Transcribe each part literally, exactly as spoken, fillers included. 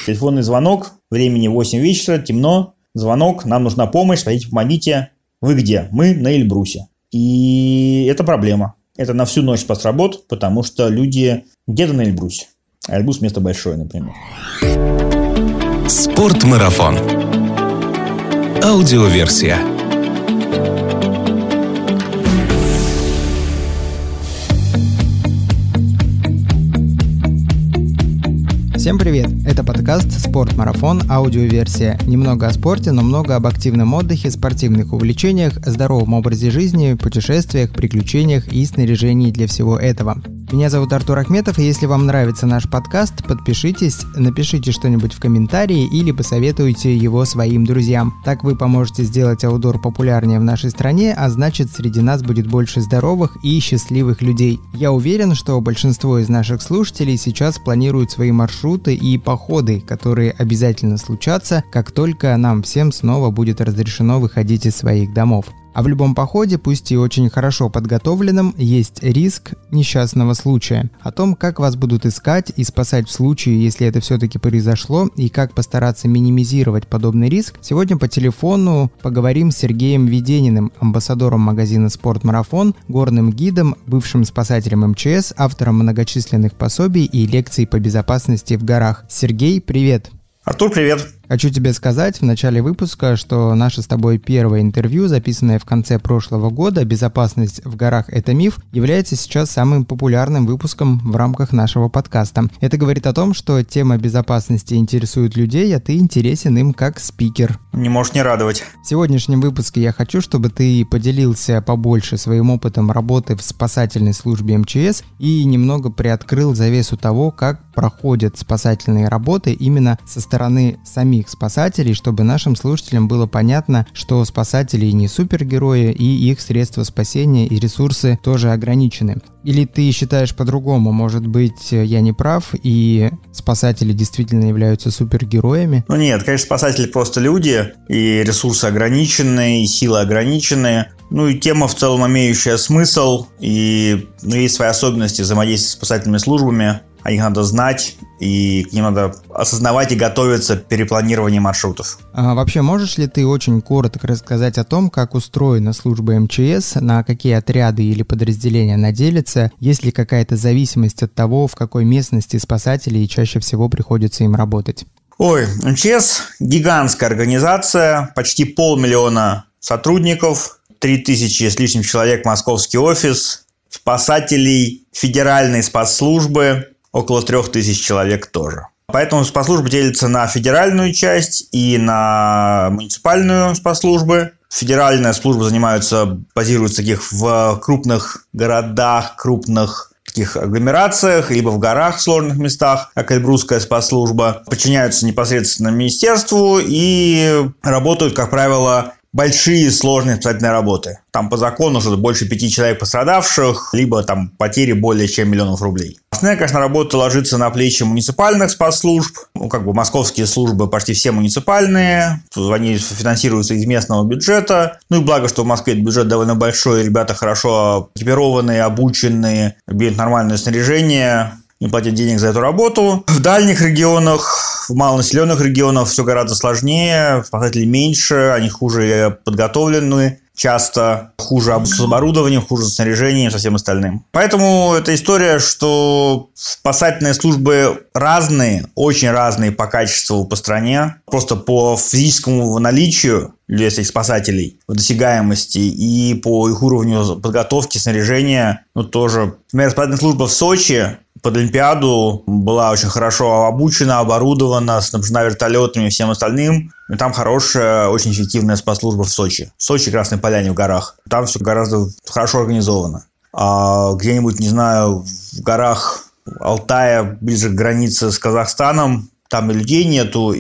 Телефонный звонок, времени восемь вечера, темно, звонок, нам нужна помощь, спасите, помогите. Вы где? Мы на Эльбрусе. И это проблема. Это на всю ночь спас работ, потому что люди где-то на Эльбрусе. А Эльбрус место большое, например. Спортмарафон. Аудиоверсия. Всем привет! Это подкаст «Спортмарафон. Аудиоверсия». Немного о спорте, но много об активном отдыхе, спортивных увлечениях, здоровом образе жизни, путешествиях, приключениях и снаряжении для всего этого. Меня зовут Артур Ахметов, и если вам нравится наш подкаст, подпишитесь, напишите что-нибудь в комментарии или посоветуйте его своим друзьям. Так вы поможете сделать аудио популярнее в нашей стране, а значит, среди нас будет больше здоровых и счастливых людей. Я уверен, что большинство из наших слушателей сейчас планируют свои маршруты и походы, которые обязательно случатся, как только нам всем снова будет разрешено выходить из своих домов. А в любом походе, пусть и очень хорошо подготовленном, есть риск несчастного случая. О том, как вас будут искать и спасать в случае, если это все-таки произошло, и как постараться минимизировать подобный риск, сегодня по телефону поговорим с Сергеем Ведениным, амбассадором магазина «Спортмарафон», горным гидом, бывшим спасателем эм че эс, автором многочисленных пособий и лекций по безопасности в горах. Сергей, привет! Артур, привет! Хочу тебе сказать в начале выпуска, что наше с тобой первое интервью, записанное в конце прошлого года «Безопасность в горах – это миф», является сейчас самым популярным выпуском в рамках нашего подкаста. Это говорит о том, что тема безопасности интересует людей, а ты интересен им как спикер. Не можешь не радовать. В сегодняшнем выпуске я хочу, чтобы ты поделился побольше своим опытом работы в спасательной службе эм че эс и немного приоткрыл завесу того, как проходят спасательные работы именно со стороны самих спасателей, чтобы нашим слушателям было понятно, что спасатели не супергерои и их средства спасения и ресурсы тоже ограничены. Или ты считаешь по-другому? Может быть, я не прав, и спасатели действительно являются супергероями? Ну нет, конечно, спасатели просто люди, и ресурсы ограничены, и силы ограничены. Ну и тема в целом имеющая смысл, и ну, есть свои особенности взаимодействия с спасательными службами. А их надо знать, и к ним надо осознавать и готовиться к перепланированию маршрутов. А вообще, можешь ли ты очень коротко рассказать о том, как устроена служба эм че эс, на какие отряды или подразделения она делится, есть ли какая-то зависимость от того, в какой местности спасателей чаще всего приходится им работать? Ой, эм че эс – гигантская организация, почти полмиллиона сотрудников, три тысячи с лишним человек московский офис, спасателей федеральной спецслужбы – около трех тысяч человек тоже. Поэтому спецслужба делится на федеральную часть и на муниципальную спецслужбы. Федеральная служба занимается, базируется таких в крупных городах, крупных таких агломерациях, либо в горах, в сложных местах, как Эльбрусская спецслужба. Подчиняются непосредственно министерству и работают, как правило, большие сложные спасательные работы. Там по закону что-то больше пяти человек пострадавших, либо там потери более чем миллионов рублей. Основная, конечно, работа ложится на плечи муниципальных спецслужб. Ну, как бы московские службы почти все муниципальные. Они финансируются из местного бюджета. Ну и благо, что в Москве бюджет довольно большой, ребята хорошо экипированные, обученные, имеют нормальное снаряжение, не платят денег за эту работу. В дальних регионах, в малонаселенных регионах все гораздо сложнее, спасателей меньше, они хуже подготовлены, часто хуже с оборудованием, хуже с снаряжением и со всем остальным. Поэтому эта история, что спасательные службы разные, очень разные по качеству по стране, просто по физическому наличию этих спасателей, по досягаемости и по их уровню подготовки, снаряжения, ну тоже. Например, спасательная служба в Сочи под Олимпиаду была очень хорошо обучена, оборудована, снабжена вертолетами и всем остальным. И там хорошая, очень эффективная спецслужба в Сочи. В Сочи, Красной Поляне, в горах. Там все гораздо хорошо организовано. А где-нибудь, не знаю, в горах Алтая, ближе к границе с Казахстаном, там и людей нету,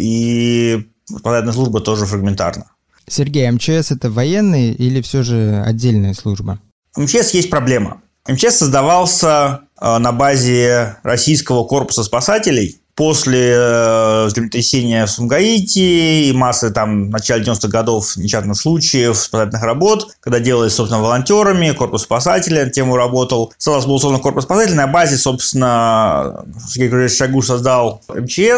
и спасательная служба тоже фрагментарна. Сергей, эм че эс это военные или все же отдельная служба? эм че эс есть проблема. эм че эс создавался на базе Российского корпуса спасателей после землетрясения в Сумгаите и массы там в начале девяностых годов несчастных случаев, спасательных работ, когда делались, собственно, волонтерами, корпус спасателей на тему работал. Создался был, условно, корпус спасателей на базе, собственно, Сергей Григорьевич Шойгу создал эм че эс.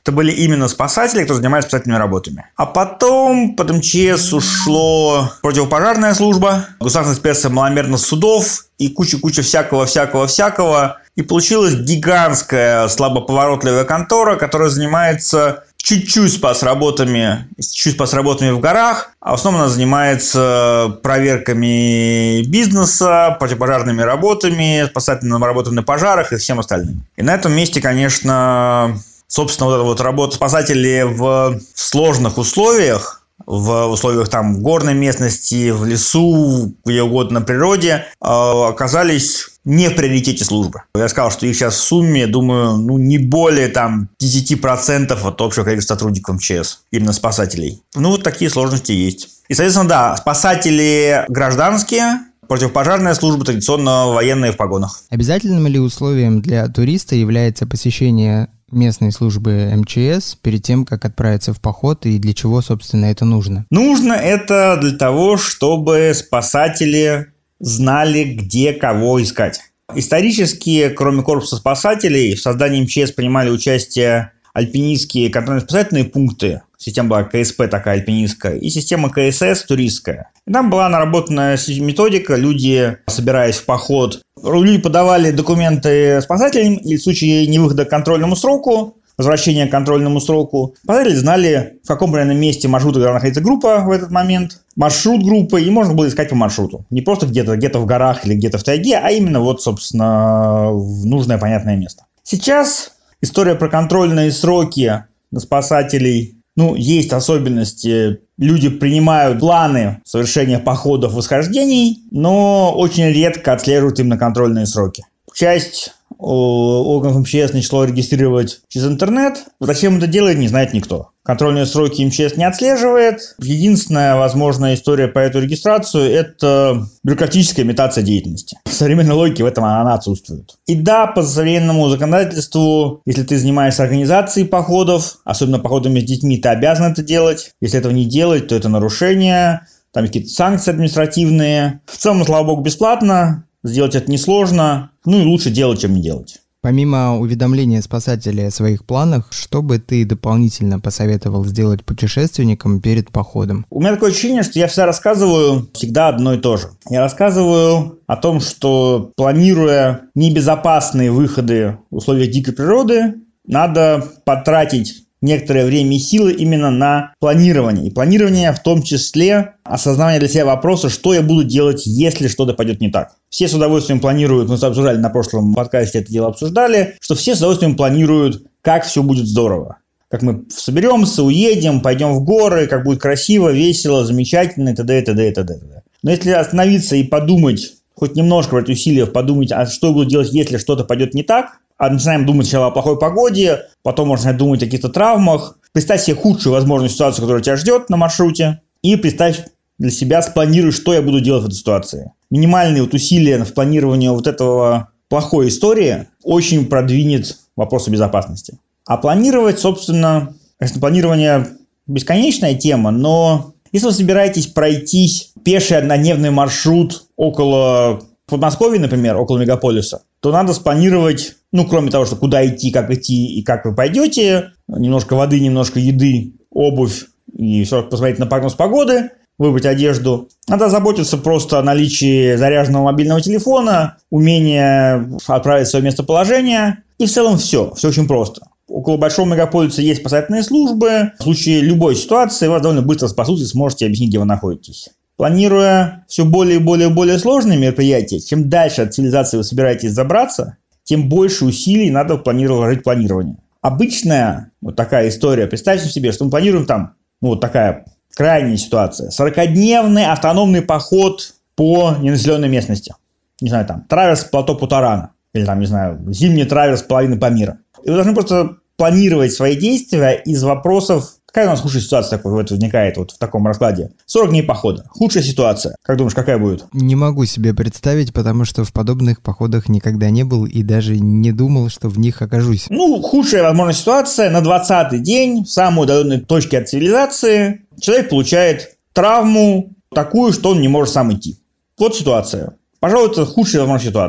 Это были именно спасатели, кто занимается спасательными работами. А потом под эм че эс ушло противопожарная служба, государственная инспекция маломерных судов и куча-куча всякого-всякого-всякого. И получилась гигантская слабоповоротливая контора, которая занимается чуть-чуть спас-работами, чуть-чуть спас-работами в горах, а в основном она занимается проверками бизнеса, противопожарными работами, спасательными работами на пожарах и всем остальным. И на этом месте, конечно, собственно, вот эта вот работа спасателей в сложных условиях, в условиях там горной местности, в лесу, где угодно на природе, оказались не в приоритете службы. Я сказал, что их сейчас в сумме, думаю, ну не более там десять процентов от общего количества сотрудников эм че эс, именно спасателей. Ну, вот такие сложности есть. И, соответственно, да, спасатели гражданские, противопожарная служба традиционно военные в погонах. Обязательным ли условием для туриста является посещение местной службы эм че эс перед тем, как отправиться в поход, и для чего, собственно, это нужно? Нужно это для того, чтобы спасатели знали, где кого искать. Исторически, кроме корпуса спасателей, в создании эм че эс принимали участие альпинистские контрольно-спасательные пункты. Система была ка эс пэ такая альпинистская, и система ка эс эс туристская. И там была наработана методика, люди, собираясь в поход, люди подавали документы спасателям, и в случае невыхода к контрольному сроку, возвращения к контрольному сроку, спасатели знали, в каком примерно месте маршрута находится группа в этот момент, маршрут группы, и можно было искать по маршруту. Не просто где-то, где-то в горах или где-то в тайге, а именно вот, собственно, в нужное понятное место. Сейчас история про контрольные сроки на спасателей. Ну, есть особенности. Люди принимают планы совершения походов, восхождений, но очень редко отслеживают именно контрольные сроки. Часть органов эм че эс начало регистрировать через интернет. Зачем это делает, не знает никто. Контрольные сроки эм че эс не отслеживает. Единственная возможная история по эту регистрацию – это бюрократическая имитация деятельности. В современной логике в этом она отсутствует. И да, по современному законодательству, если ты занимаешься организацией походов, особенно походами с детьми, ты обязан это делать. Если этого не делать, то это нарушение. Там какие-то санкции административные. В целом, слава богу, бесплатно. Сделать это несложно, ну и лучше делать, чем не делать. Помимо уведомления спасателей о своих планах, что бы ты дополнительно посоветовал сделать путешественникам перед походом? У меня такое ощущение, что я всегда рассказываю всегда одно и то же. Я рассказываю о том, что, планируя небезопасные выходы в условиях дикой природы, надо потратить некоторое время и силы именно на планирование. И планирование в том числе осознание для себя вопроса, что я буду делать, если что-то пойдет не так. Все с удовольствием планируют, мы обсуждали на прошлом подкасте, это дело обсуждали, что все с удовольствием планируют, как все будет здорово. Как мы соберемся, уедем, пойдем в горы, как будет красиво, весело, замечательно и т.д. и т.д. и т.д. Но если остановиться и подумать, хоть немножко в эти усилия подумать, а что я буду делать, если что-то пойдет не так, а начинаем думать сначала о плохой погоде, потом можно думать о каких-то травмах. Представь себе худшую возможную ситуацию, которая тебя ждет на маршруте, и представь для себя, спланируй, что я буду делать в этой ситуации. Минимальные вот усилия в планировании вот этого плохой истории очень продвинет вопрос о безопасности. А планировать, собственно, конечно, планирование бесконечная тема, но если вы собираетесь пройтись пеший однодневный маршрут около Подмосковья, например, около мегаполиса, то надо спланировать, ну, кроме того, что куда идти, как идти и как вы пойдете, немножко воды, немножко еды, обувь и все, посмотреть на прогноз погоды, выбрать одежду. Надо заботиться просто о наличии заряженного мобильного телефона, умение отправить свое местоположение, и в целом все, все очень просто. Около большого мегаполиса есть спасательные службы. В случае любой ситуации вас довольно быстро спасут и сможете объяснить, где вы находитесь. Планируя все более и более и более сложные мероприятия, чем дальше от цивилизации вы собираетесь забраться, тем больше усилий надо планировать планирование. Обычная вот такая история. Представьте себе, что мы планируем там, ну вот такая крайняя ситуация. сорокадневный автономный поход по ненаселенной местности. Не знаю, там, траверс плато Путарана. Или там, не знаю, зимний траверс половины Памира. И вы должны просто планировать свои действия из вопросов, какая у нас худшая ситуация такой, вот, возникает вот в таком раскладе. сорок дней похода. Худшая ситуация. Как думаешь, какая будет? Не могу себе представить, потому что в подобных походах никогда не был и даже не думал, что в них окажусь. Ну, худшая возможная ситуация. На двадцатый день, в самой удаленной точке от цивилизации, человек получает травму такую, что он не может сам идти. Вот ситуация. Пожалуй, это худшая возможная ситуация.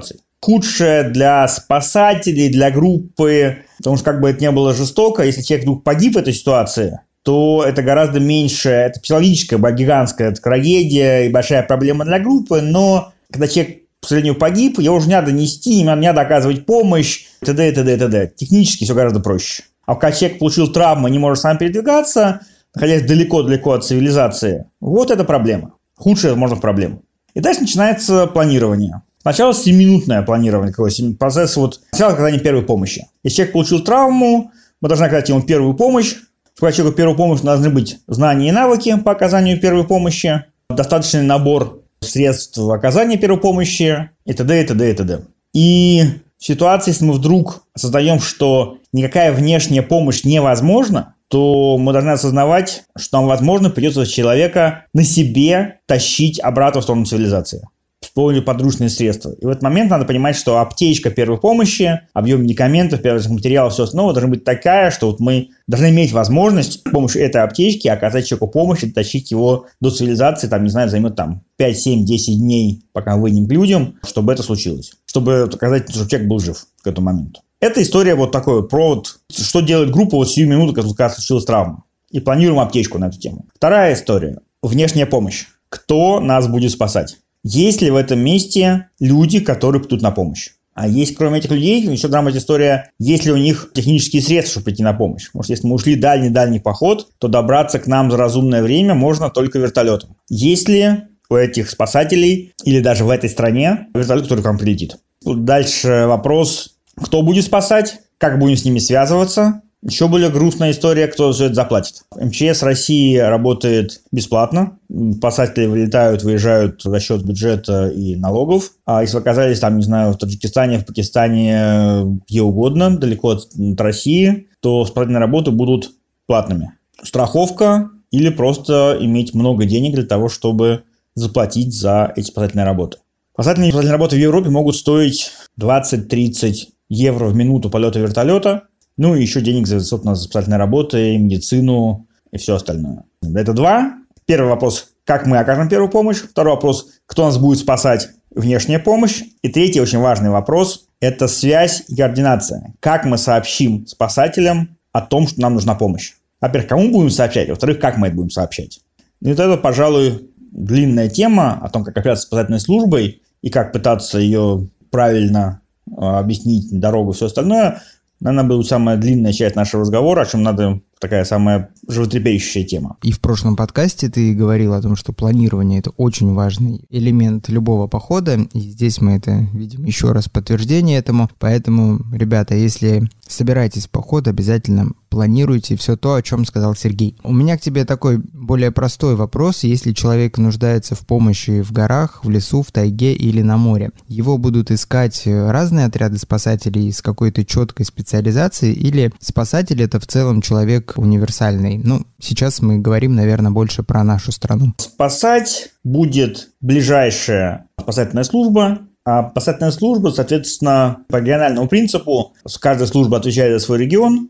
худшее для спасателей, для группы, потому что как бы это не было жестоко, если человек вдруг погиб в этой ситуации, то это гораздо меньше, это психологическая, гигантская трагедия и большая проблема для группы, но когда человек, к сожалению, погиб, его уже не надо нести, не надо оказывать помощь, т.д. и т.д. и т.д. Технически все гораздо проще. А когда человек получил травму и не может сам передвигаться, находясь далеко-далеко от цивилизации, вот это проблема. Худшая, возможно, проблема. И дальше начинается планирование. Сначала семиминутное планирование, процесс вот, сначала оказание первой помощи. Если человек получил травму, мы должны оказать ему первую помощь. Чтобы человеку первую помощь должны быть знания и навыки по оказанию первой помощи, достаточный набор средств оказания первой помощи и т.д. и т.д. и т.д. И в ситуации, если мы вдруг осознаем, что никакая внешняя помощь невозможна, то мы должны осознавать, что нам, возможно, придется человека на себе тащить обратно в сторону цивилизации. Используя подручные средства. И в этот момент надо понимать, что аптечка первой помощи, объем медикаментов, первых материалов, все остальное должна быть такая, что вот мы должны иметь возможность с помощью этой аптечки оказать человеку помощь и дотащить его до цивилизации, там, не знаю, займет там пять, семь, десять дней, пока выйдем к людям, чтобы это случилось. Чтобы оказать, чтобы человек был жив к этому моменту. Это история вот такой вот про вот, что делает группа вот сию минуту, когда случилась травма. И планируем аптечку на эту тему. Вторая история. Внешняя помощь. Кто нас будет спасать? Есть ли в этом месте люди, которые придут на помощь? А есть, кроме этих людей, еще должна быть история, есть ли у них технические средства, чтобы прийти на помощь. Потому что если мы ушли дальний-дальний поход, то добраться к нам за разумное время можно только вертолетом. Есть ли у этих спасателей или даже в этой стране вертолет, который к вам прилетит? Дальше вопрос, кто будет спасать, как будем с ними связываться. Еще более грустная история, кто за это заплатит. МЧС России работает бесплатно. Спасатели вылетают, выезжают за счет бюджета и налогов. А если вы оказались там, не знаю, в Таджикистане, в Пакистане, где угодно, далеко от России, то спасательные работы будут платными. Страховка или просто иметь много денег для того, чтобы заплатить за эти спасательные работы. Спасательные, спасательные работы в Европе могут стоить двадцать-тридцать евро в минуту полета вертолета. Ну и еще денег за, собственно, за спасательные работы, медицину и все остальное. Это два. Первый вопрос, как мы окажем первую помощь. Второй вопрос, кто нас будет спасать, внешняя помощь. И третий очень важный вопрос, это связь и координация. Как мы сообщим спасателям о том, что нам нужна помощь. Во-первых, кому будем сообщать, во-вторых, как мы это будем сообщать. И вот это, пожалуй, длинная тема о том, как общаться с спасательной службой и как пытаться ее правильно э, объяснить дорогу и все остальное. Наверное, будет самая длинная часть нашего разговора, о чем надо, такая самая животрепещущая тема. И в прошлом подкасте ты говорил о том, что планирование – это очень важный элемент любого похода, и здесь мы это видим еще раз подтверждение этому. Поэтому, ребята, если собираетесь в поход, обязательно планируйте все то, о чем сказал Сергей. У меня к тебе такой более простой вопрос. Если человек нуждается в помощи в горах, в лесу, в тайге или на море, его будут искать разные отряды спасателей с какой-то четкой специализацией, или спасатель – это в целом человек универсальный? Ну, сейчас мы говорим, наверное, больше про нашу страну. Спасать будет ближайшая спасательная служба. А спасательная служба, соответственно, по региональному принципу, каждая служба отвечает за свой регион,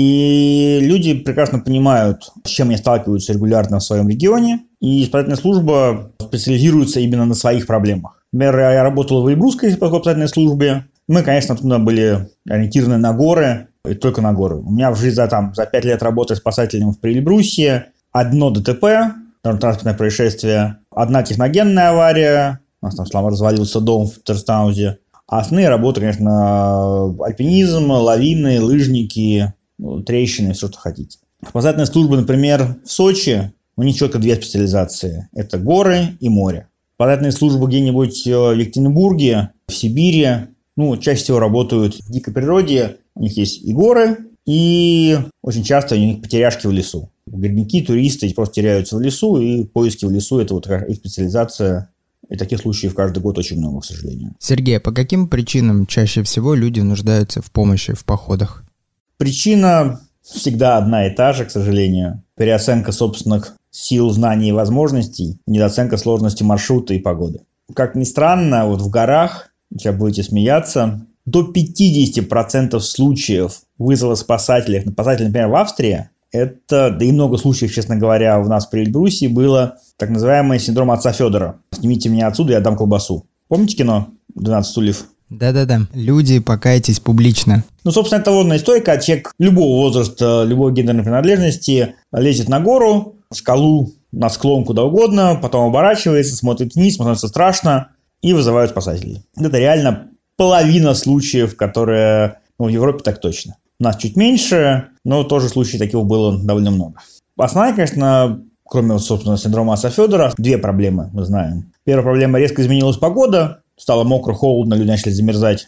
и люди прекрасно понимают, с чем они сталкиваются регулярно в своем регионе, и спасательная служба специализируется именно на своих проблемах. Например, я работал в Эльбрусской спасательной службе. Мы, конечно, туда были ориентированы на горы, и только на горы. У меня в жизни за, там, за пять лет работы спасателем в Эльбрусе одно ДТП, транспортное происшествие, одна техногенная авария, у нас там слава развалился дом в Терстаузе. А основные работы, конечно, альпинизм, лавины, лыжники, трещины, все, что хотите. Спасательная служба, например, в Сочи, у них четко две специализации. Это горы и море. Спасательные службы где-нибудь в Екатеринбурге, в Сибири, ну, чаще всего работают в дикой природе. У них есть и горы, и очень часто у них потеряшки в лесу. Горняки, туристы просто теряются в лесу, и поиски в лесу – это вот их специализация. И таких случаев каждый год очень много, к сожалению. Сергей, по каким причинам чаще всего люди нуждаются в помощи в походах? Причина всегда одна и та же, к сожалению. Переоценка собственных сил, знаний и возможностей, недооценка сложности маршрута и погоды. Как ни странно, вот в горах, сейчас будете смеяться, до пятьдесят процентов случаев вызова спасателей, спасателей, например, в Австрии, это, да и много случаев, честно говоря, у нас при Эльбрусе было так называемый синдром отца Федора. Снимите меня отсюда, я дам колбасу. Помните кино «двенадцать стульев»? Да-да-да, люди, покайтесь публично. Ну, собственно, это водная история, когда человек любого возраста, любой гендерной принадлежности лезет на гору, скалу, на склон, куда угодно, потом оборачивается, смотрит вниз, становится страшно и вызывают спасателей. Это реально половина случаев, которые, ну, в Европе так точно. У нас чуть меньше, но тоже случаев таких было довольно много. Основная, конечно, кроме, собственно, синдрома Аса-Федора, две проблемы мы знаем. Первая проблема – резко изменилась погода, стало мокро, холодно, люди начали замерзать.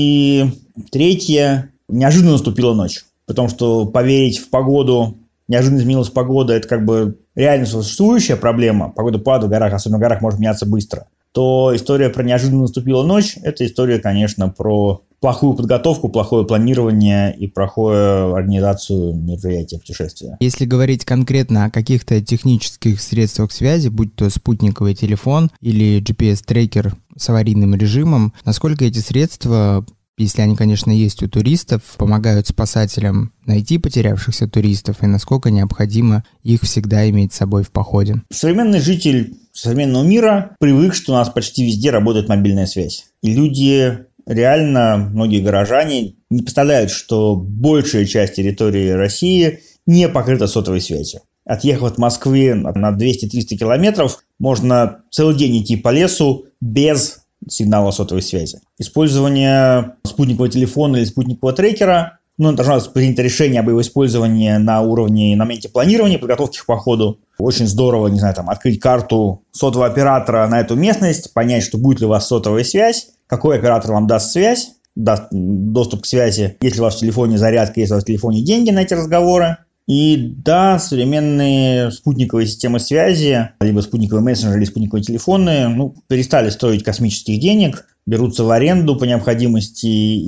И третья – неожиданно наступила ночь. Потому что поверить в погоду, неожиданно изменилась погода – это как бы реально существующая проблема. Погода падает в горах, особенно в горах, может меняться быстро. То история про неожиданно наступила ночь – это история, конечно, про плохую подготовку, плохое планирование и плохую организацию мероприятия, путешествия. Если говорить конкретно о каких-то технических средствах связи, будь то спутниковый телефон или джи пи эс-трекер с аварийным режимом, насколько эти средства, если они, конечно, есть у туристов, помогают спасателям найти потерявшихся туристов и насколько необходимо их всегда иметь с собой в походе? Современный житель современного мира привык, что у нас почти везде работает мобильная связь. И люди, реально, многие горожане не представляют, что большая часть территории России не покрыта сотовой связью. Отъехав от Москвы на двести-триста километров, можно целый день идти по лесу без сигнала сотовой связи. Использование спутникового телефона или спутникового трекера, ну, должно быть принято решение об его использовании на уровне, на моменте планирования, подготовки к походу. Очень здорово, не знаю, там, открыть карту сотового оператора на эту местность, понять, что будет ли у вас сотовая связь, какой оператор вам даст связь, даст доступ к связи, есть ли у вас в телефоне зарядка, есть ли у вас в телефоне деньги на эти разговоры. И да, современные спутниковые системы связи, либо спутниковые мессенджеры, или спутниковые телефоны, ну, перестали стоить космических денег, берутся в аренду по необходимости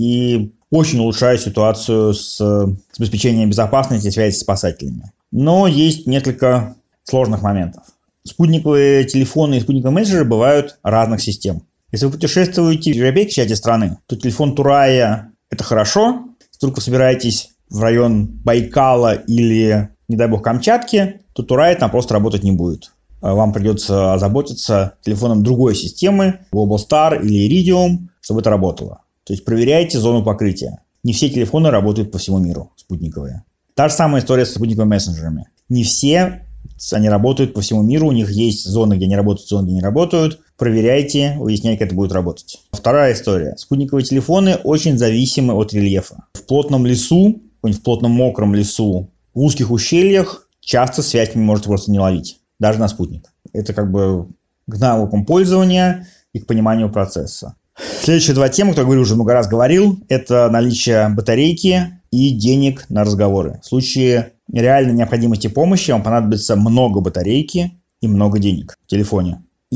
и очень улучшают ситуацию с, с обеспечением безопасности связи с спасателями. Но есть несколько сложных моментов. Спутниковые телефоны и спутниковые мессенджеры бывают разных систем. Если вы путешествуете в европейской части страны, то телефон Турая – это хорошо. Если вдруг вы собираетесь в район Байкала или, не дай бог, Камчатки, то Турай там просто работать не будет. Вам придется озаботиться телефоном другой системы, Globalstar или Iridium, чтобы это работало. То есть проверяйте зону покрытия. Не все телефоны работают по всему миру, спутниковые. Та же самая история с спутниковыми мессенджерами. Не все они работают по всему миру, у них есть зоны, где они работают, зоны, где не работают. Проверяйте, выясняйте, как это будет работать. Вторая история. Спутниковые телефоны очень зависимы от рельефа. В плотном лесу, в плотном мокром лесу, в узких ущельях часто связь не можете просто не ловить, даже на спутник. Это как бы к навыкам пользования и к пониманию процесса. Следующие два темы, которые я говорю, уже много раз говорил, это наличие батарейки и денег на разговоры. В случае реальной необходимости помощи вам понадобится много батарейки и много денег в телефоне.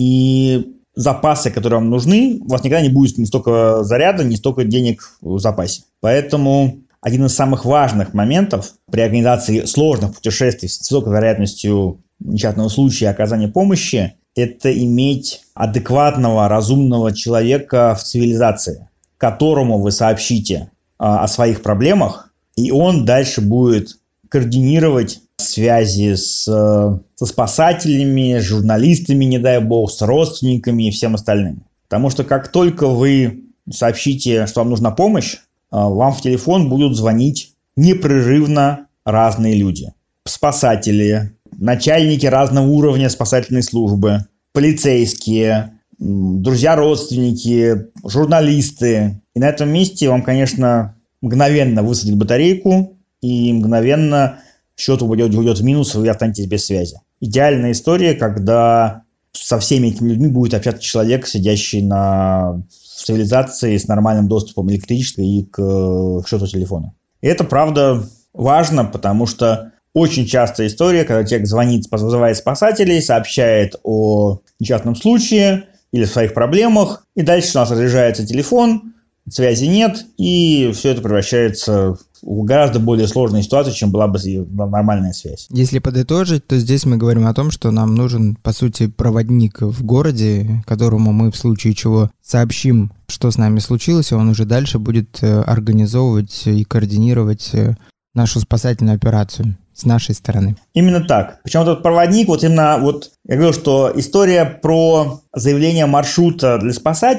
И запасы, которые вам нужны, у вас никогда не будет ни столько заряда, ни столько денег в запасе. Поэтому один из самых важных моментов при организации сложных путешествий с высокой вероятностью несчастного случая оказания помощи – это иметь адекватного, разумного человека в цивилизации, которому вы сообщите а, о своих проблемах, и он дальше будет координировать связи с, со спасателями, с журналистами, не дай бог, с родственниками и всем остальным. Потому что как только вы сообщите, что вам нужна помощь, вам в телефон будут звонить непрерывно разные люди. Спасатели, начальники разного уровня спасательной службы, полицейские, друзья-родственники, журналисты. И на этом месте вам, конечно, мгновенно высадят батарейку, и мгновенно счет уйдет, уйдет в минус, и вы останетесь без связи. Идеальная история, когда со всеми этими людьми будет общаться человек, сидящий на в цивилизации с нормальным доступом электричества и к, к счету телефона. И это, правда, важно, потому что очень частая история, когда человек звонит, вызывает спасателей, сообщает о несчастном случае или о своих проблемах, и дальше у нас разряжается телефон, связи нет, и все это превращается в гораздо более сложную ситуацию, чем была бы нормальная связь. Если подытожить, то здесь мы говорим о том, что нам нужен, по сути, проводник в городе, которому мы в случае чего сообщим, что с нами случилось, и он уже дальше будет организовывать и координировать нашу спасательную операцию с нашей стороны. Именно так. Причем этот проводник, вот именно, вот я говорил, что история про заявление маршрута для спасателей,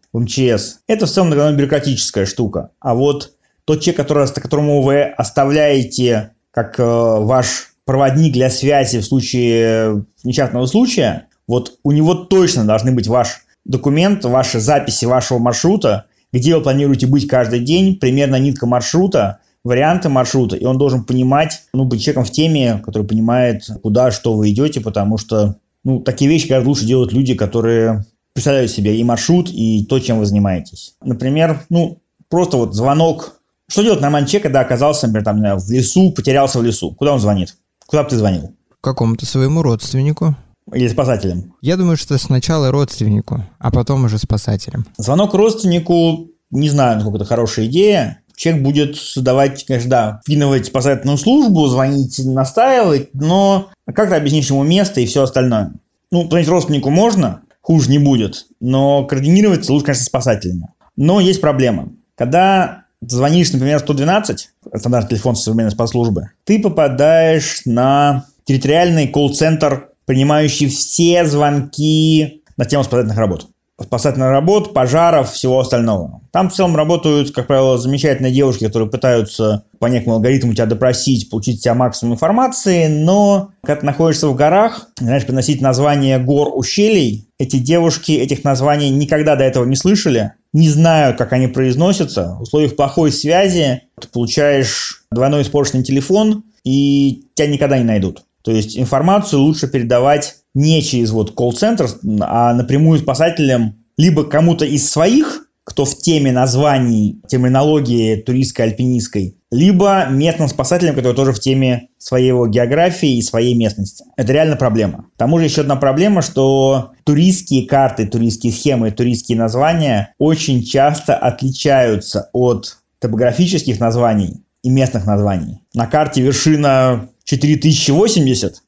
в эм че эс, это в целом довольно бюрократическая штука. А вот тот человек, который, которому вы оставляете как э, ваш проводник для связи в случае несчастного случая, вот у него точно должны быть ваш документ, ваши записи вашего маршрута, где вы планируете быть каждый день, примерно нитка маршрута, варианты маршрута, и он должен понимать, ну, быть человеком в теме, который понимает, куда, что вы идете, потому что, ну, такие вещи гораздо лучше делают люди, которые представляют себе и маршрут, и то, чем вы занимаетесь. Например, ну, просто вот звонок. Что делать нормальный человек, когда оказался, например, там, в лесу, потерялся в лесу? Куда он звонит? Куда бы ты звонил? Какому-то своему родственнику. Или спасателям? Я думаю, что сначала родственнику, а потом уже спасателям. Звонок родственнику, не знаю, насколько это хорошая идея. Человек будет давать, конечно, да, вкидывать спасательную службу, звонить, настаивать, но как-то объяснишь ему место и все остальное. Ну, звонить родственнику можно, хуже не будет, но координировать лучше, конечно, спасателями. Но есть проблема. Когда звонишь, например, сто двенадцать, стандартный телефон современной спецслужбы, ты попадаешь на территориальный колл-центр, принимающий все звонки на тему спасательных работ. Спасательных работ, пожаров, всего остального. Там в целом работают, как правило, замечательные девушки, которые пытаются по некому алгоритму тебя допросить, получить от тебя максимум информации, но когда ты находишься в горах, знаешь, приносить названия гор, ущелий, эти девушки этих названий никогда до этого не слышали, не знают, как они произносятся. В условиях плохой связи ты получаешь двойной испорченный телефон, и тебя никогда не найдут. То есть информацию лучше передавать не через вот колл-центр, а напрямую спасателям, либо кому-то из своих, кто в теме названий, терминологии туристской, альпинистской, либо местным спасателям, которые тоже в теме своей географии и своей местности. Это реально проблема. К тому же еще одна проблема, что туристские карты, туристские схемы, туристские названия очень часто отличаются от топографических названий и местных названий. На карте вершина четыре тысячи восемьдесят,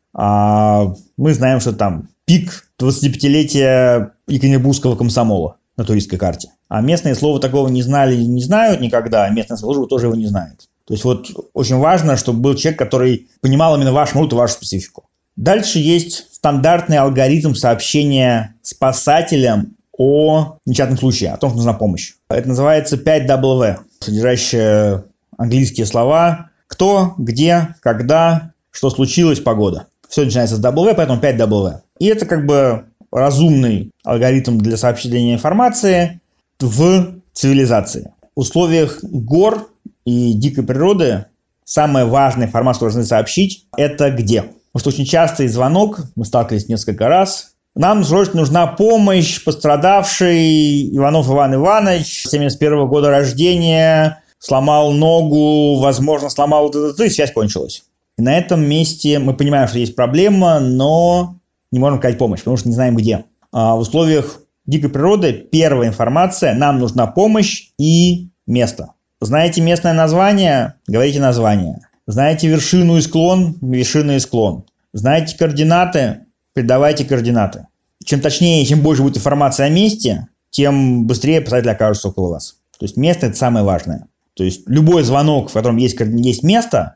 а мы знаем, что там пик двадцатипятилетия Екатеринбургского комсомола на туристской карте. А местные слова такого не знали и не знают никогда, а местная служба тоже его не знает. То есть вот очень важно, чтобы был человек, который понимал именно ваш маршрут и вашу специфику. Дальше есть стандартный алгоритм сообщения спасателям о несчастном случае, о том, что нужна помощь. Это называется пять дабл ю, содержащее английские слова: кто, где, когда, что случилось, погода. Все начинается с дабл ю, поэтому пять дабл ю. И это как бы разумный алгоритм для сообщения информации в цивилизации. В условиях гор и дикой природы самая важная информация, которую должны сообщить, это где. Потому что очень частый звонок, мы сталкивались несколько раз, нам срочно нужна помощь, пострадавший Иванов Иван Иванович, семьдесят первого года рождения, сломал ногу, возможно, сломал т.т.т., и связь кончилась. И на этом месте мы понимаем, что есть проблема, но не можем оказать помощь, потому что не знаем где. А в условиях дикой природы первая информация: нам нужна помощь и место. Знаете местное название? Говорите название. Знаете вершину и склон? Вершина и склон. Знаете координаты? Передавайте координаты. Чем точнее, чем больше будет информации о месте, тем быстрее спасатели окажутся около вас. То есть место – это самое важное. То есть любой звонок, в котором есть, есть место,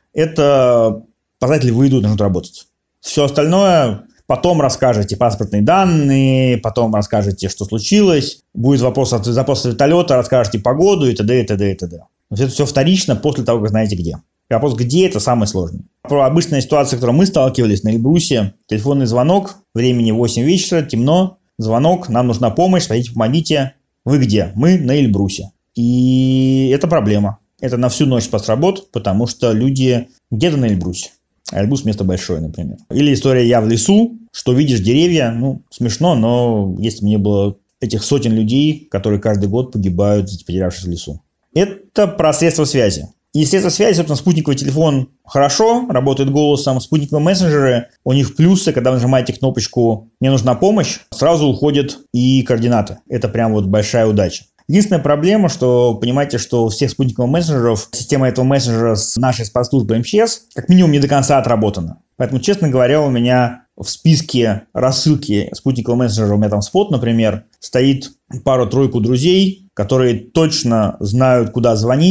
это спасатели выйдут и начнут работать. Все остальное потом расскажете паспортные данные, потом расскажете, что случилось. Будет вопрос от запроса вертолета, расскажете погоду и т.д. и т.д. и т.д. Это все вторично после того, как знаете где. Вопрос, где, это самый сложный. Про обычная ситуация, с которой мы сталкивались на Эльбрусе: телефонный звонок, времени восемь вечера, темно, звонок, нам нужна помощь, сходите, помогите. Вы где? Мы на Эльбрусе. И это проблема. Это на всю ночь спас работ, потому что люди где-то на Эльбрусе. А Эльбрус место большое, например. Или история «я в лесу», что видишь деревья. Ну, смешно, но если бы не было этих сотен людей, которые каждый год погибают, потерявшись в лесу. Это про средства связи. И средства связи, собственно, спутниковый телефон хорошо, работает голосом. Спутниковые мессенджеры, у них плюсы: когда вы нажимаете кнопочку «Мне нужна помощь», сразу уходят и координаты. Это прям вот большая удача. Единственная проблема, что понимаете, что у всех спутниковых мессенджеров система этого мессенджера с нашей спецслужбой эм че эс как минимум не до конца отработана. Поэтому, честно говоря, у меня в списке рассылки спутникового мессенджера, у меня там спот, например, стоит пару-тройку друзей, которые точно знают, куда звонить,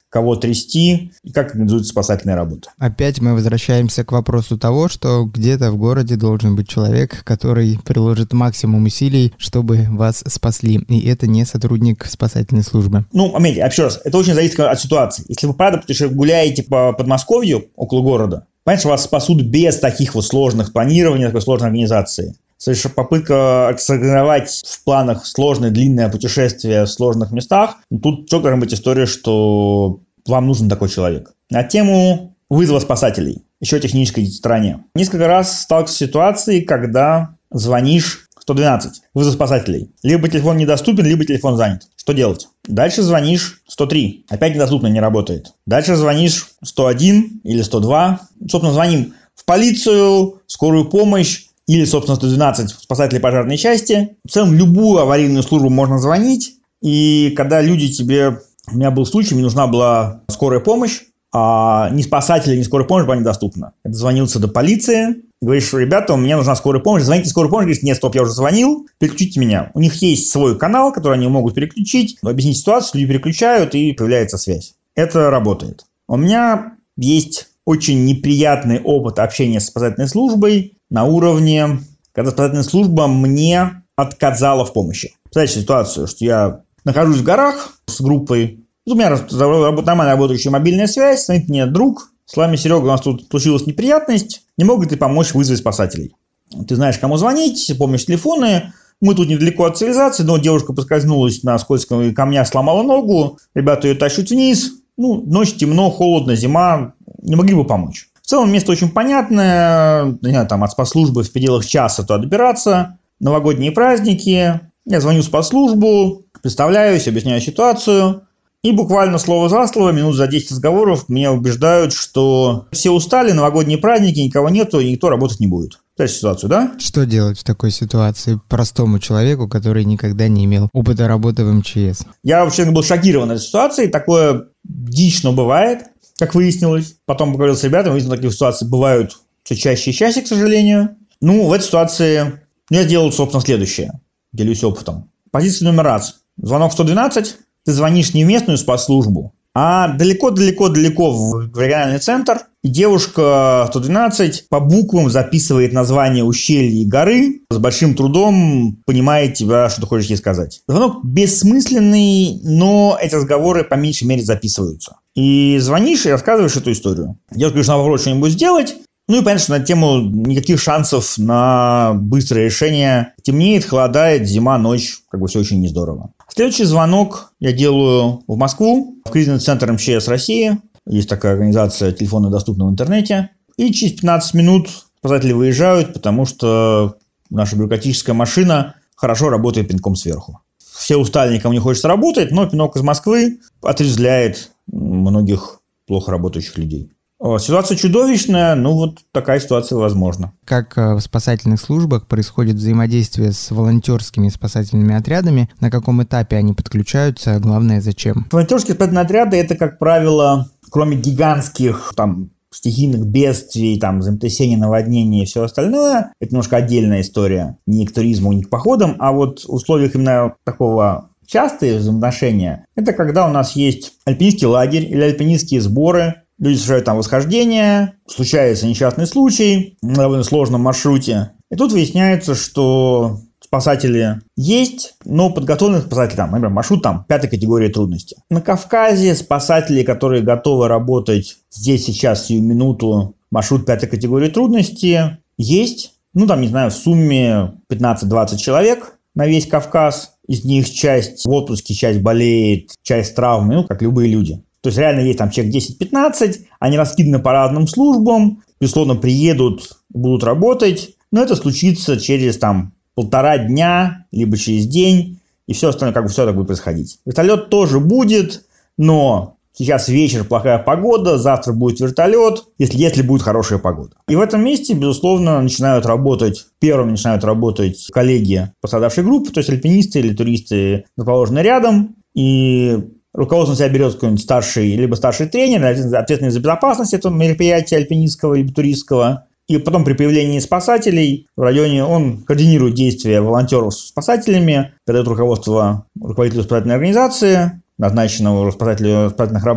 кого трясти и как организуется спасательная работа. Опять мы возвращаемся к вопросу того, что где-то в городе должен быть человек, который приложит максимум усилий, чтобы вас спасли, и это не сотрудник спасательной службы. Ну, понимаете, еще раз, это очень зависит от ситуации. Если вы, правда, гуляете по Подмосковью около города, понятно, что вас спасут без таких вот сложных планирований, такой сложной организации. Совершенно попытка сорганизовать в планах сложное длинное путешествие в сложных местах. Тут четко должна быть история, что вам нужен такой человек. На тему вызова спасателей, еще о технической стороне. Несколько раз сталкивался с ситуацией, когда звонишь сто двенадцать, вызов спасателей. Либо телефон недоступен, либо телефон занят. Что делать? Дальше звонишь сто три, опять недоступно, не работает. Дальше звонишь сто один или сто два. Собственно, звоним в полицию, скорую помощь, или, собственно, сто двенадцать спасатели пожарной части. В целом, любую аварийную службу можно звонить. И когда люди тебе... У меня был случай, мне нужна была скорая помощь, а ни спасатели, ни скорая помощь была недоступна. Я дозвонился до полиции. Говоришь, что, ребята, мне нужна скорая помощь. Звоните в скорую помощь. Говорит, нет, стоп, я уже звонил. Переключите меня. У них есть свой канал, который они могут переключить. Объяснить ситуацию, люди переключают, и появляется связь. Это работает. У меня есть очень неприятный опыт общения с спасательной службой на уровне, когда спасательная служба мне отказала в помощи. Представляете ситуацию, что я нахожусь в горах с группой, у меня нормально работающая мобильная связь, звонит мне друг, с вами, Серега, у нас тут случилась неприятность, не могут ли помочь вызвать спасателей? Ты знаешь, кому звонить, помнишь телефоны, мы тут недалеко от цивилизации, но девушка поскользнулась на скользком камне, сломала ногу, ребята ее тащат вниз, ну, ночь, темно, холодно, зима, не могли бы помочь. В целом место очень понятное, не знаю, там от спасслужбы в пределах часа туда добираться, новогодние праздники, я звоню в спасслужбу, представляюсь, объясняю ситуацию, и буквально слово за слово, минут за десять разговоров меня убеждают, что все устали, новогодние праздники, никого нету, и никто работать не будет. Представляете ситуацию, да? Что делать в такой ситуации простому человеку, который никогда не имел опыта работы в эм че эс? Я вообще был шокирован этой ситуацией, такое дично бывает. Как выяснилось. Потом поговорил с ребятами, выяснилось, такие ситуации бывают все чаще и чаще, к сожалению. Ну, в этой ситуации я сделал, собственно, следующее. Делюсь опытом. Позиция номер раз. Звонок сто двенадцать. Ты звонишь не в местную спасслужбу, а далеко-далеко-далеко в региональный центр. И девушка сто двенадцать по буквам записывает название ущелья и горы. С большим трудом понимает тебя, что ты хочешь ей сказать. Звонок бессмысленный, но эти разговоры по меньшей мере записываются. И звонишь и рассказываешь эту историю. Девушка говорит, что она попробует что-нибудь сделать. Ну и понятно, что на тему никаких шансов на быстрое решение. Темнеет, холодает, зима, ночь. Как бы все очень нездорово. Следующий звонок я делаю в Москву, в кризисный центр эм че эс России. Есть такая организация, телефоны доступны в интернете. И через пятнадцать минут спасатели выезжают, потому что наша бюрократическая машина хорошо работает пинком сверху. Все устали, никому не хочется работать, но пинок из Москвы отрезвляет многих плохо работающих людей. Ситуация чудовищная, но вот такая ситуация возможна. Как в спасательных службах происходит взаимодействие с волонтерскими спасательными отрядами? На каком этапе они подключаются? Главное, зачем? Волонтерские спасательные отряды – это, как правило, кроме гигантских там, стихийных бедствий, там, землетрясений, наводнений и все остальное, это немножко отдельная история. Не к туризму, не к походам, а вот в условиях именно такого частые взаимоотношения – это когда у нас есть альпинистский лагерь или альпинистские сборы. Люди совершают там восхождение, случается несчастный случай на довольно сложном маршруте. И тут выясняется, что спасатели есть, но подготовленных спасателей там, например, маршрут там пятой категории трудности. На Кавказе спасатели, которые готовы работать здесь, сейчас, сию минуту, маршрут пятой категории трудности, есть. Ну, там, не знаю, в сумме пятнадцать-двадцать человек на весь Кавказ. Из них часть в отпуске, часть болеет, часть травмы, ну, как любые люди. То есть реально есть там человек десять-пятнадцать, они раскиданы по разным службам, безусловно, приедут, будут работать, но это случится через там полтора дня, либо через день, и все остальное, как бы все так будет происходить. Вертолет тоже будет, но сейчас вечер, плохая погода, завтра будет вертолет, если, если будет хорошая погода. И в этом месте, безусловно, начинают работать, первыми начинают работать коллеги пострадавшей группы, то есть альпинисты или туристы, расположены рядом, и руководство на себя берет какой-нибудь старший, либо старший тренер, ответственный за безопасность этого мероприятия альпинистского или туристского. И потом при появлении спасателей в районе он координирует действия волонтеров с спасателями, передает руководство руководителю спасательной организации, назначенного спасателю спасательных работ,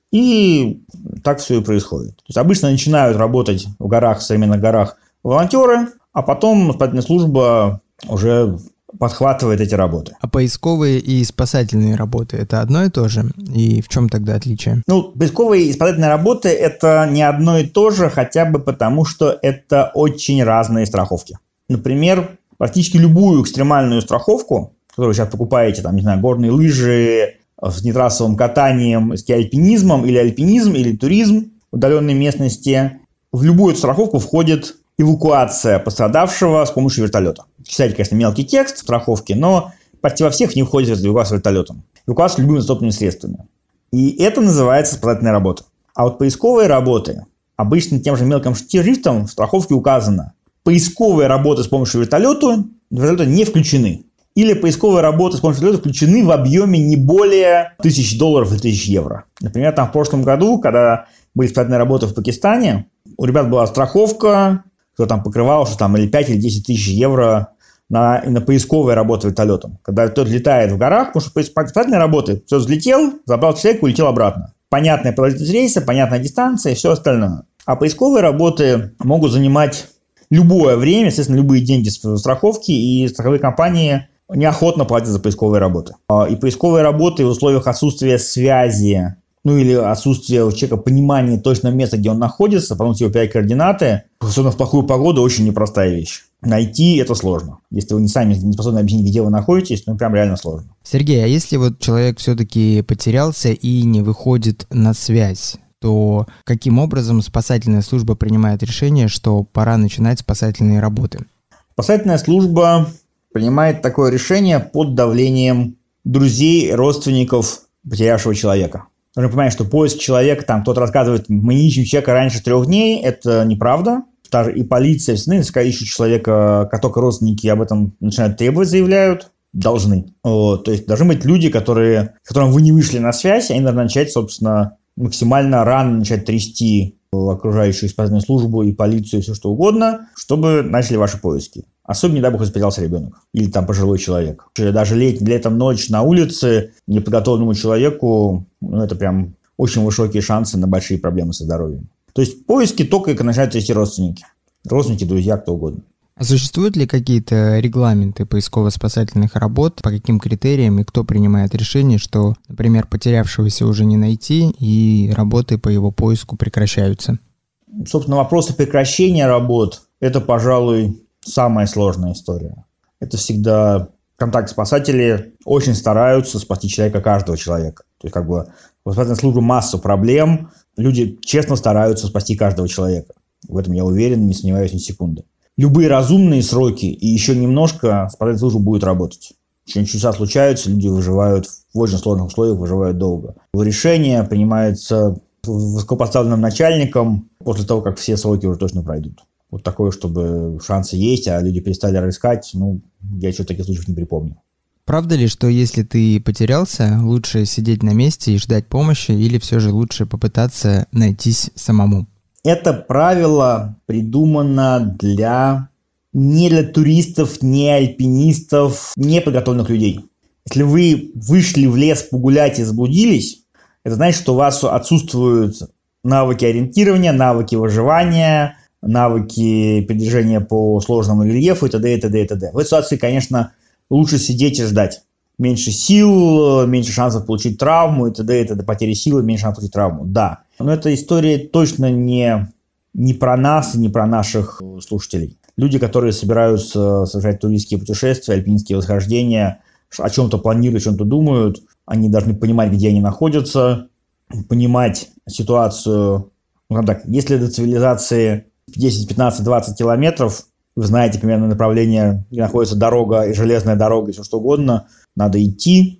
И так все и происходит. То есть обычно начинают работать в горах, в современных горах волонтеры, а потом спасательная служба уже подхватывает эти работы. А поисковые и спасательные работы – это одно и то же? И в чем тогда отличие? Ну, поисковые и спасательные работы – это не одно и то же, хотя бы потому, что это очень разные страховки. Например, практически любую экстремальную страховку, которую вы сейчас покупаете, там, не знаю, горные лыжи с нетрассовым катанием, с альпинизмом, или альпинизм, или туризм в удаленной местности, в любую эту страховку входит эвакуация пострадавшего с помощью вертолета. Читайте, конечно, мелкий текст страховки, но почти во всех не входит эвакуация вертолетом. Эвакуация любыми доступными средствами. И это называется спасательная работа. А вот поисковые работы, обычно тем же мелким шрифтом в страховке указано: поисковые работы с помощью вертолета, вертолета не включены. Или поисковые работы с помощью вертолета включены в объеме не более тысяч долларов или тысяч евро. Например, там в прошлом году, когда были спасательные работы в Пакистане, у ребят была страховка, кто там покрывал, что там или пять, или десять тысяч евро на, на поисковые работы вертолетом. Когда вертолет летает в горах, потому что спасательные работы, все, взлетел, забрал человека, улетел обратно. Понятная продолжительность рейса, понятная дистанция и все остальное. А поисковые работы могут занимать любое время, естественно, любые деньги страховки, и страховые компании неохотно платят за поисковые работы. И поисковые работы в условиях отсутствия связи, ну или отсутствие у человека понимания точного места, где он находится, потом его пять координаты, особенно в плохую погоду, очень непростая вещь. Найти это сложно. Если вы не сами не способны объяснить, где вы находитесь, ну прям реально сложно. Сергей, а если вот человек все-таки потерялся и не выходит на связь, то каким образом спасательная служба принимает решение, что пора начинать спасательные работы? Спасательная служба принимает такое решение под давлением друзей, родственников потерявшего человека. Нужно понимать, что поиск человека, там кто-то рассказывает, мы не ищем человека раньше трех дней, это неправда. Даже и полиция, все равно, когда ищут человека, как только родственники об этом начинают требовать, заявляют, должны. Вот, то есть должны быть люди, которые, которым вы не вышли на связь, они должны начать, собственно, максимально рано начать трясти окружающую спасательную службу и полицию, и все что угодно, чтобы начали ваши поиски. Особенно, не дай бог, если потерялся ребенок или там пожилой человек. Даже летом, летом ночь на улице неподготовленному человеку, ну, это прям очень высокие шансы на большие проблемы со здоровьем. То есть поиски только когда начинают трясти родственники. Родственники, друзья, кто угодно. А существуют ли какие-то регламенты поисково-спасательных работ, по каким критериям и кто принимает решение, что, например, потерявшегося уже не найти и работы по его поиску прекращаются? Собственно, вопросы прекращения работ – это, пожалуй, самая сложная история. Это всегда контакт спасатели очень стараются спасти человека, каждого человека. То есть, как бы, в спасательной службе масса проблем, люди честно стараются спасти каждого человека. В этом я уверен, не сомневаюсь ни секунды. Любые разумные сроки и еще немножко спасательная служба будет работать. Еще чудеса случаются, люди выживают в очень сложных условиях, выживают долго. Решение принимается высокопоставленным начальником после того, как все сроки уже точно пройдут. Вот такое, чтобы шансы есть, а люди перестали искать, ну, я что-то таких случаев не припомню. Правда ли, что если ты потерялся, лучше сидеть на месте и ждать помощи, или все же лучше попытаться найтись самому? Это правило придумано для не для туристов, не альпинистов, не подготовленных людей. Если вы вышли в лес погулять и заблудились, это значит, что у вас отсутствуют навыки ориентирования, навыки выживания, навыки передвижения по сложному рельефу и т.д. и т.д. и т.д. В этой ситуации, конечно, лучше сидеть и ждать. Меньше сил, меньше шансов получить травму и т.д. и т.д. Потери силы, меньше шансов получить травму. Да. Но эта история точно не, не про нас и не про наших слушателей. Люди, которые собираются совершать туристские путешествия, альпинистские восхождения, о чем-то планируют, о чем-то думают, они должны понимать, где они находятся, понимать ситуацию. Ну, так, если до цивилизации десять, пятнадцать, двадцать километров, вы знаете примерно направление, где находится дорога и железная дорога, и все что угодно, надо идти.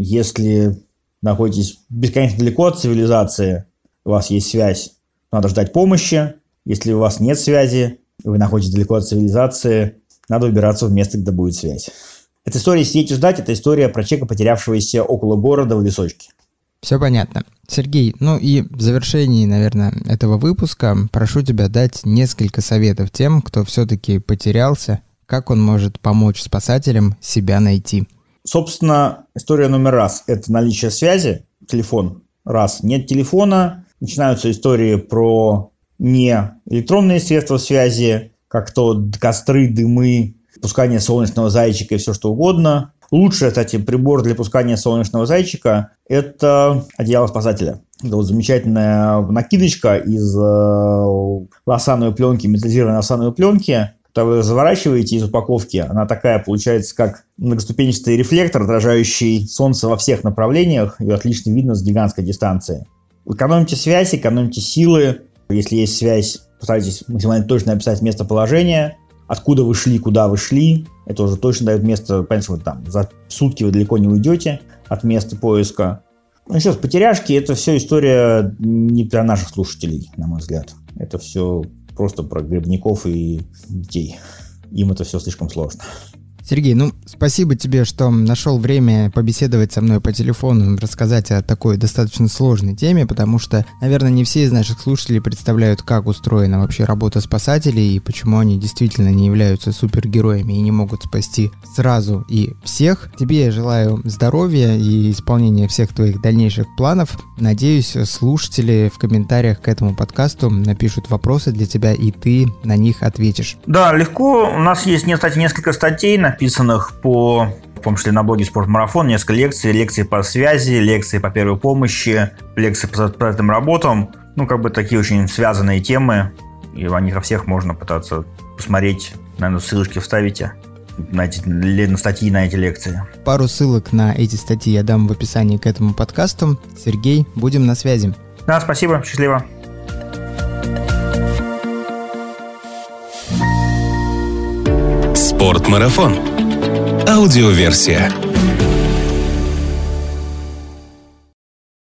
Если находитесь бесконечно далеко от цивилизации, у вас есть связь, надо ждать помощи. Если у вас нет связи, вы находитесь далеко от цивилизации, надо убираться в место, где будет связь. Эта история «Сидеть и ждать» – это история про человека, потерявшегося около города в лесочке. Все понятно. Сергей, ну и в завершении, наверное, этого выпуска прошу тебя дать несколько советов тем, кто все-таки потерялся, как он может помочь спасателям себя найти. Собственно, история номер раз – это наличие связи, телефон. раз. Нет телефона, начинаются истории про не электронные средства связи, как то костры, дымы, пускание солнечного зайчика и все что угодно. Лучший, кстати, прибор для пускания солнечного зайчика – это одеяло спасателя. Это вот замечательная накидочка из э, лосановой пленки, металлизированной лосановой пленки, которую вы заворачиваете из упаковки. Она такая получается, как многоступенчатый рефлектор, отражающий солнце во всех направлениях. Ее отлично видно с гигантской дистанции. Экономите связь, экономите силы. Если есть связь, постарайтесь максимально точно описать местоположение. Откуда вы шли, куда вы шли. Это уже точно дает место, понятно, что там за сутки вы далеко не уйдете от места поиска. Ну, еще раз, потеряшки – это все история не для наших слушателей, на мой взгляд. Это все просто про грибников и детей. Им это все слишком сложно. Сергей, ну, спасибо тебе, что нашел время побеседовать со мной по телефону, рассказать о такой достаточно сложной теме, потому что, наверное, не все из наших слушателей представляют, как устроена вообще работа спасателей и почему они действительно не являются супергероями и не могут спасти сразу и всех. Тебе я желаю здоровья и исполнения всех твоих дальнейших планов. Надеюсь, слушатели в комментариях к этому подкасту напишут вопросы для тебя, и ты на них ответишь. Да, легко. У нас есть, кстати, несколько статей, написанных по, в том числе на блоге «Спортмарафон», несколько лекций, лекции по связи, лекции по первой помощи, лекции по проектным работам. Ну, как бы такие очень связанные темы, и о них о всех можно пытаться посмотреть. Наверное, ссылочки вставите на, эти, на статьи, на эти лекции. Пару ссылок на эти статьи я дам в описании к этому подкасту. Сергей, будем на связи. Да, спасибо, счастливо. Спортмарафон. Аудиоверсия.